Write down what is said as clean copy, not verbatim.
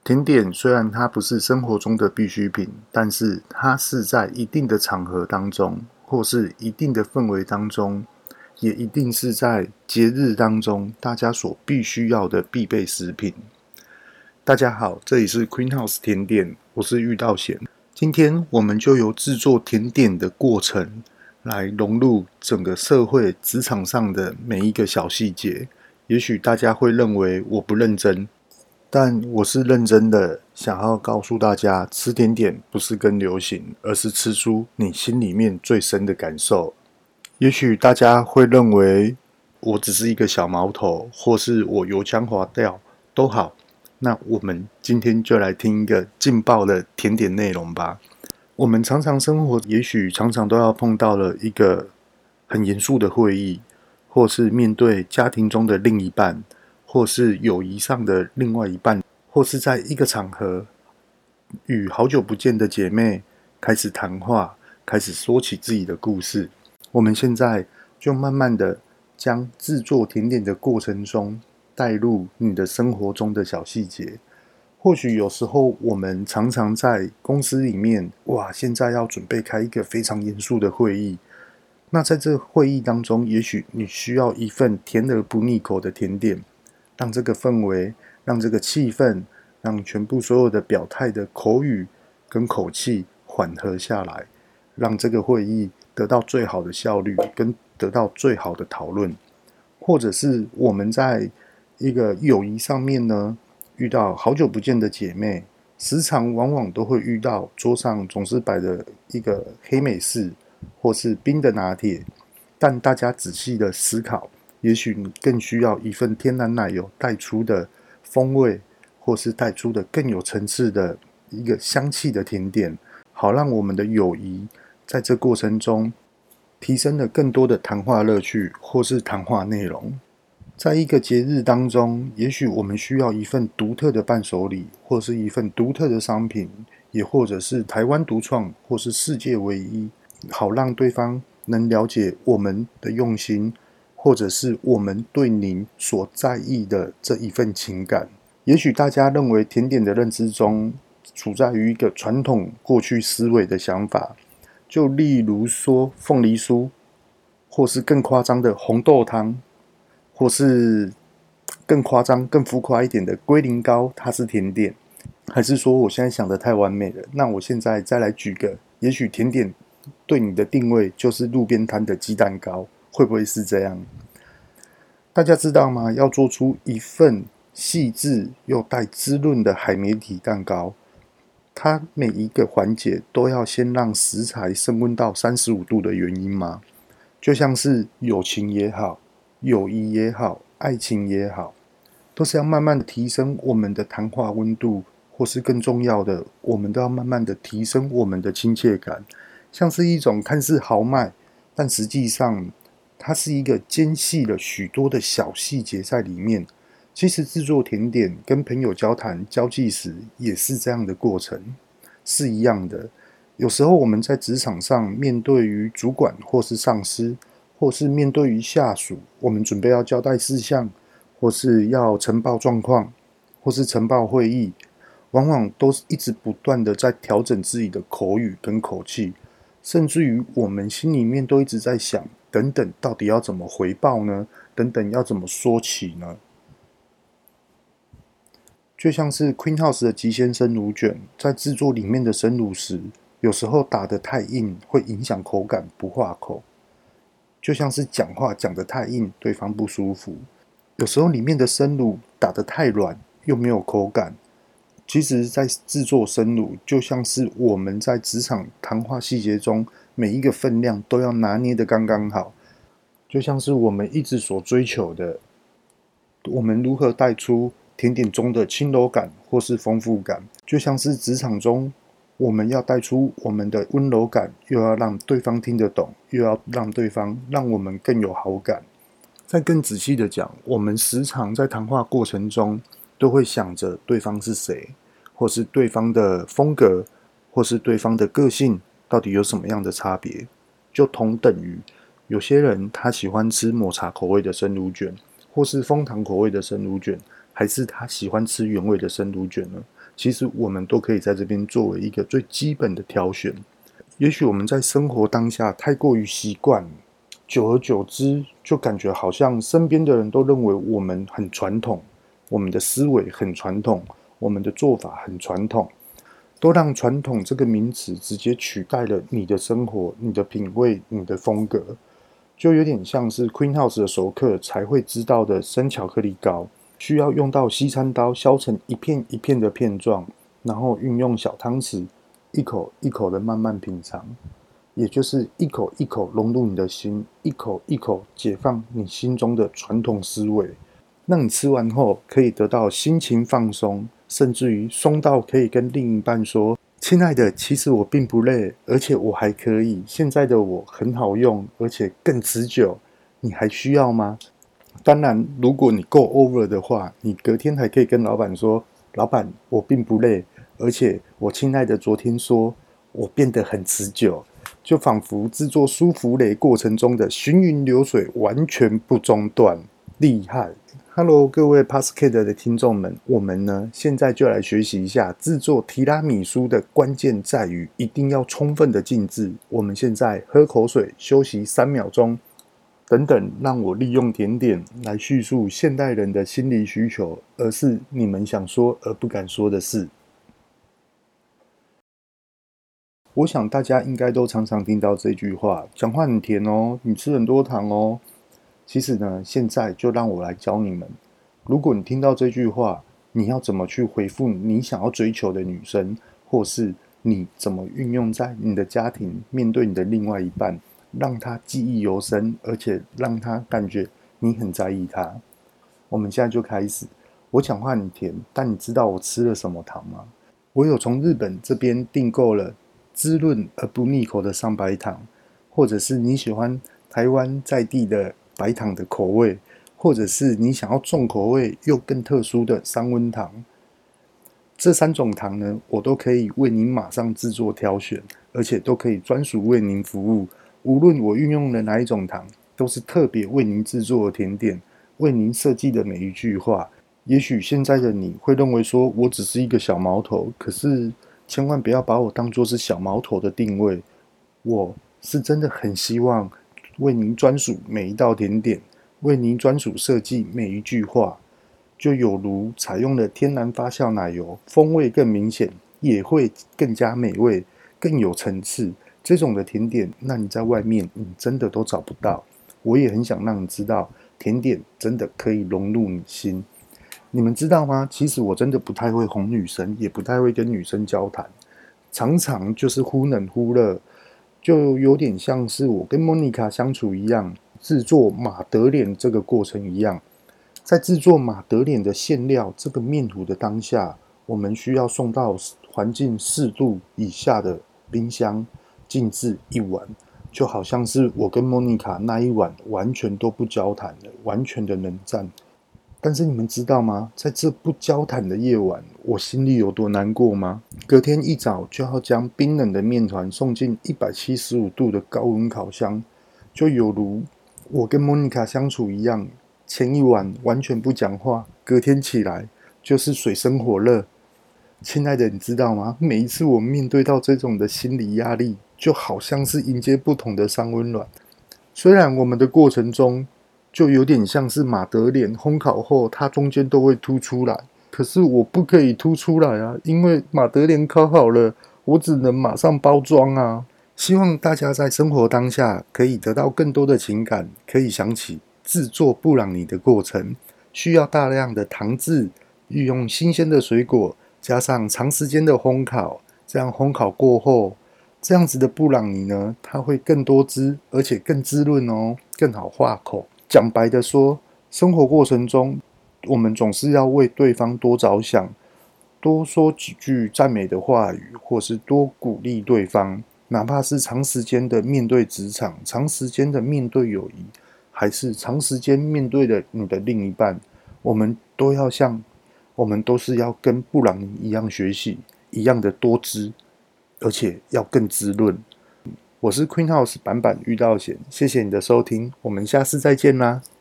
甜点虽然它不是生活中的必需品，但是它是在一定的场合当中，或是一定的氛围当中，也一定是在节日当中，大家所必须要的必备食品。大家好，这里是 Queen House 甜点，我是玉道贤。今天我们就由制作甜点的过程来融入整个社会职场上的每一个小细节。也许大家会认为我不认真，但我是认真的，想要告诉大家，吃甜点不是跟流行，而是吃出你心里面最深的感受。也许大家会认为我只是一个小毛头，或是我油腔滑调都好。那我们今天就来听一个劲爆的甜点内容吧。我们常常生活，也许常常都要碰到了一个很严肃的会议，或是面对家庭中的另一半，或是友谊上的另外一半，或是在一个场合与好久不见的姐妹开始谈话，开始说起自己的故事。我们现在就慢慢的将制作甜点的过程中带入你的生活中的小细节。或许有时候我们常常在公司里面，哇，现在要准备开一个非常严肃的会议。那在这会议当中，也许你需要一份甜而不腻口的甜点，让这个氛围，让这个气氛，让全部所有的表态的口语跟口气缓和下来，让这个会议得到最好的效率，跟得到最好的讨论。或者是我们在一个友谊上面呢，遇到好久不见的姐妹，时常往往都会遇到桌上总是摆着一个黑美式或是冰的拿铁，但大家仔细的思考，也许你更需要一份天然奶油带出的风味，或是带出的更有层次的一个香气的甜点，好让我们的友谊在这过程中提升了更多的谈话乐趣或是谈话内容。在一个节日当中，也许我们需要一份独特的伴手礼，或是一份独特的商品，也或者是台湾独创，或是世界唯一，好让对方能了解我们的用心，或者是我们对您所在意的这一份情感。也许大家认为甜点的认知中处在于一个传统过去思维的想法，就例如说凤梨酥，或是更夸张的红豆汤，或是更夸张、更浮夸一点的龟苓膏，它是甜点，还是说我现在想的太完美了？那我现在再来举个，也许甜点对你的定位就是路边摊的鸡蛋糕，会不会是这样？大家知道吗？要做出一份细致又带滋润的海绵体蛋糕，它每一个环节都要先让食材升温到35度的原因吗？就像是友情也好，友谊也好，爱情也好，都是要慢慢的提升我们的谈话温度，或是更重要的，我们都要慢慢的提升我们的亲切感，像是一种看似豪迈，但实际上它是一个兼细了许多的小细节在里面。其实制作甜点跟朋友交谈交际时也是这样的过程，是一样的。有时候我们在职场上面对于主管或是上司，或是面对于下属，我们准备要交代事项，或是要呈报状况，或是呈报会议，往往都是一直不断的在调整自己的口语跟口气，甚至于我们心里面都一直在想，等等到底要怎么回报呢？等等要怎么说起呢？就像是 Queen House 的极鲜生乳卷，在制作里面的生乳时，有时候打得太硬会影响口感，不化口。就像是讲话讲得太硬，对方不舒服。有时候里面的生乳打得太软，又没有口感。其实，在制作生乳，就像是我们在职场谈话细节中，每一个分量都要拿捏得刚刚好。就像是我们一直所追求的，我们如何带出甜点中的轻柔感或是丰富感，就像是职场中我们要带出我们的温柔感，又要让对方听得懂，又要让对方让我们更有好感。再更仔细的讲，我们时常在谈话过程中都会想着对方是谁，或是对方的风格，或是对方的个性到底有什么样的差别，就同等于有些人他喜欢吃抹茶口味的生乳卷，或是枫糖口味的生乳卷，还是他喜欢吃原味的生乳卷呢？ 其实我们都可以在这边作为一个最基本的挑选。也许我们在生活当下太过于习惯，久而久之就感觉好像身边的人都认为我们很传统，我们的思维很传统，我们的做法很传统，都让传统这个名词直接取代了你的生活、你的品味、你的风格，就有点像是 Queen House 的熟客才会知道的生巧克力糕，需要用到西餐刀削成一片一片的片状，然后运用小汤匙一口一口的慢慢品尝，也就是一口一口融入你的心，一口一口解放你心中的传统思维，让你吃完后可以得到心情放松，甚至于松到可以跟另一半说，亲爱的，其实我并不累，而且我还可以，现在的我很好用，而且更持久，你还需要吗？当然，如果你够 over 的话，你隔天还可以跟老板说，老板，我并不累，而且我亲爱的昨天说我变得很持久，就仿佛制作舒芙蕾过程中的行云流水，完全不中断，厉害。Hello， 各位 Pascal 的听众们，我们呢现在就来学习一下制作提拉米苏的关键在于一定要充分的静置。我们现在喝口水，休息3秒钟，等等，让我利用甜点来叙述现代人的心理需求，而是你们想说而不敢说的事。我想大家应该都常常听到这句话，讲话很甜哦，你吃很多糖哦。其实呢，现在就让我来教你们，如果你听到这句话，你要怎么去回复你想要追求的女生，或是你怎么运用在你的家庭，面对你的另外一半，让她记忆犹深，而且让她感觉你很在意她。我们现在就开始。我讲话很甜，但你知道我吃了什么糖吗？我有从日本这边订购了滋润而不腻口的上白糖，或者是你喜欢台湾在地的白糖的口味，或者是你想要重口味又更特殊的三温糖。这3种糖呢，我都可以为您马上制作挑选，而且都可以专属为您服务。无论我运用了哪一种糖，都是特别为您制作的甜点，为您设计的每一句话。也许现在的你会认为说我只是一个小毛头，可是千万不要把我当作是小毛头的定位。我是真的很希望为您专属每一道甜点，为您专属设计每一句话，就有如采用了天然发酵奶油，风味更明显，也会更加美味，更有层次。这种的甜点，那你在外面你真的都找不到。我也很想让你知道，甜点真的可以融入你心。你们知道吗？其实我真的不太会哄女生，也不太会跟女生交谈，常常就是忽冷忽热，就有点像是我跟莫妮卡相处一样，制作马德莲这个过程一样。在制作马德莲的馅料这个面糊的当下，我们需要送到环境4度以下的冰箱静置1晚，就好像是我跟莫妮卡那一晚完全都不交谈的，完全的冷战。但是你们知道吗？在这不交谈的夜晚，我心里有多难过吗？隔天一早就要将冰冷的面团送进175度的高温烤箱，就有如我跟莫妮卡相处一样，前一晚完全不讲话，隔天起来就是水深火热。亲爱的，你知道吗？每一次我面对到这种的心理压力，就好像是迎接不同的三温暖。虽然我们的过程中就有点像是马德莲烘烤后，它中间都会凸出来，可是我不可以凸出来啊，因为马德莲烤好了，我只能马上包装啊。希望大家在生活当下可以得到更多的情感，可以想起制作布朗尼的过程，需要大量的糖渍，运用新鲜的水果，加上长时间的烘烤，这样烘烤过后，这样子的布朗尼呢，它会更多汁，而且更滋润哦，更好化口。讲白的说，生活过程中，我们总是要为对方多着想，多说几句赞美的话语，或是多鼓励对方。哪怕是长时间的面对职场，长时间的面对友谊，还是长时间面对的你的另一半，我们都是要跟布朗尼一样学习，一样的多汁，而且要更滋润。我是 Queen House 版版遇到贤，谢谢你的收听，我们下次再见啦。